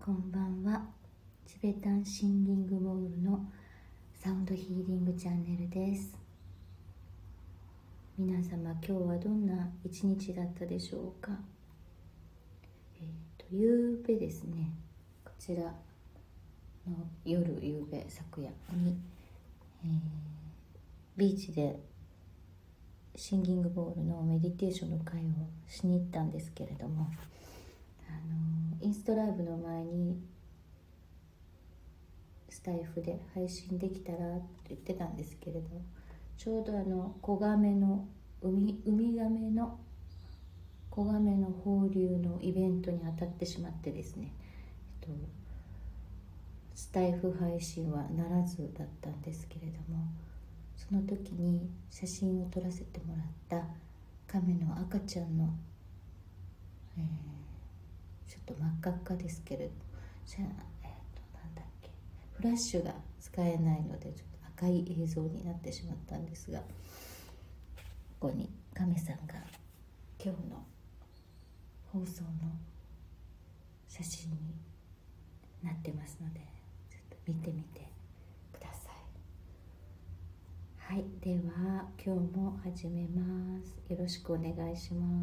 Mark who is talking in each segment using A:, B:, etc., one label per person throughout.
A: こんばんは。チベタンシンギングボールのサウンドヒーリングチャンネルです。皆様、今日はどんな一日だったでしょうか。夕べですね、こちらの夕べ昨夜に、ビーチでシンギングボールのメディテーションの会をしに行ったんですけれども、インストライブの前にスタイフで配信できたらって言ってたんですけれど、ちょうど子亀のウミガメの子亀の放流のイベントに当たってしまってですね、スタイフ配信はならずだったんですけれども、その時に写真を撮らせてもらった亀の赤ちゃんの、ちょっと真っ赤っかですけれど、フラッシュが使えないのでちょっと赤い映像になってしまったんですが、ここに亀さんが今日の放送の写真になってますので、ちょっと見てみてください。はい、では今日も始めます。よろしくお願いします。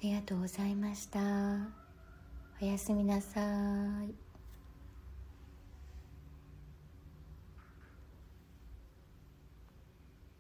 A: りがとうございました。おやすみなさい。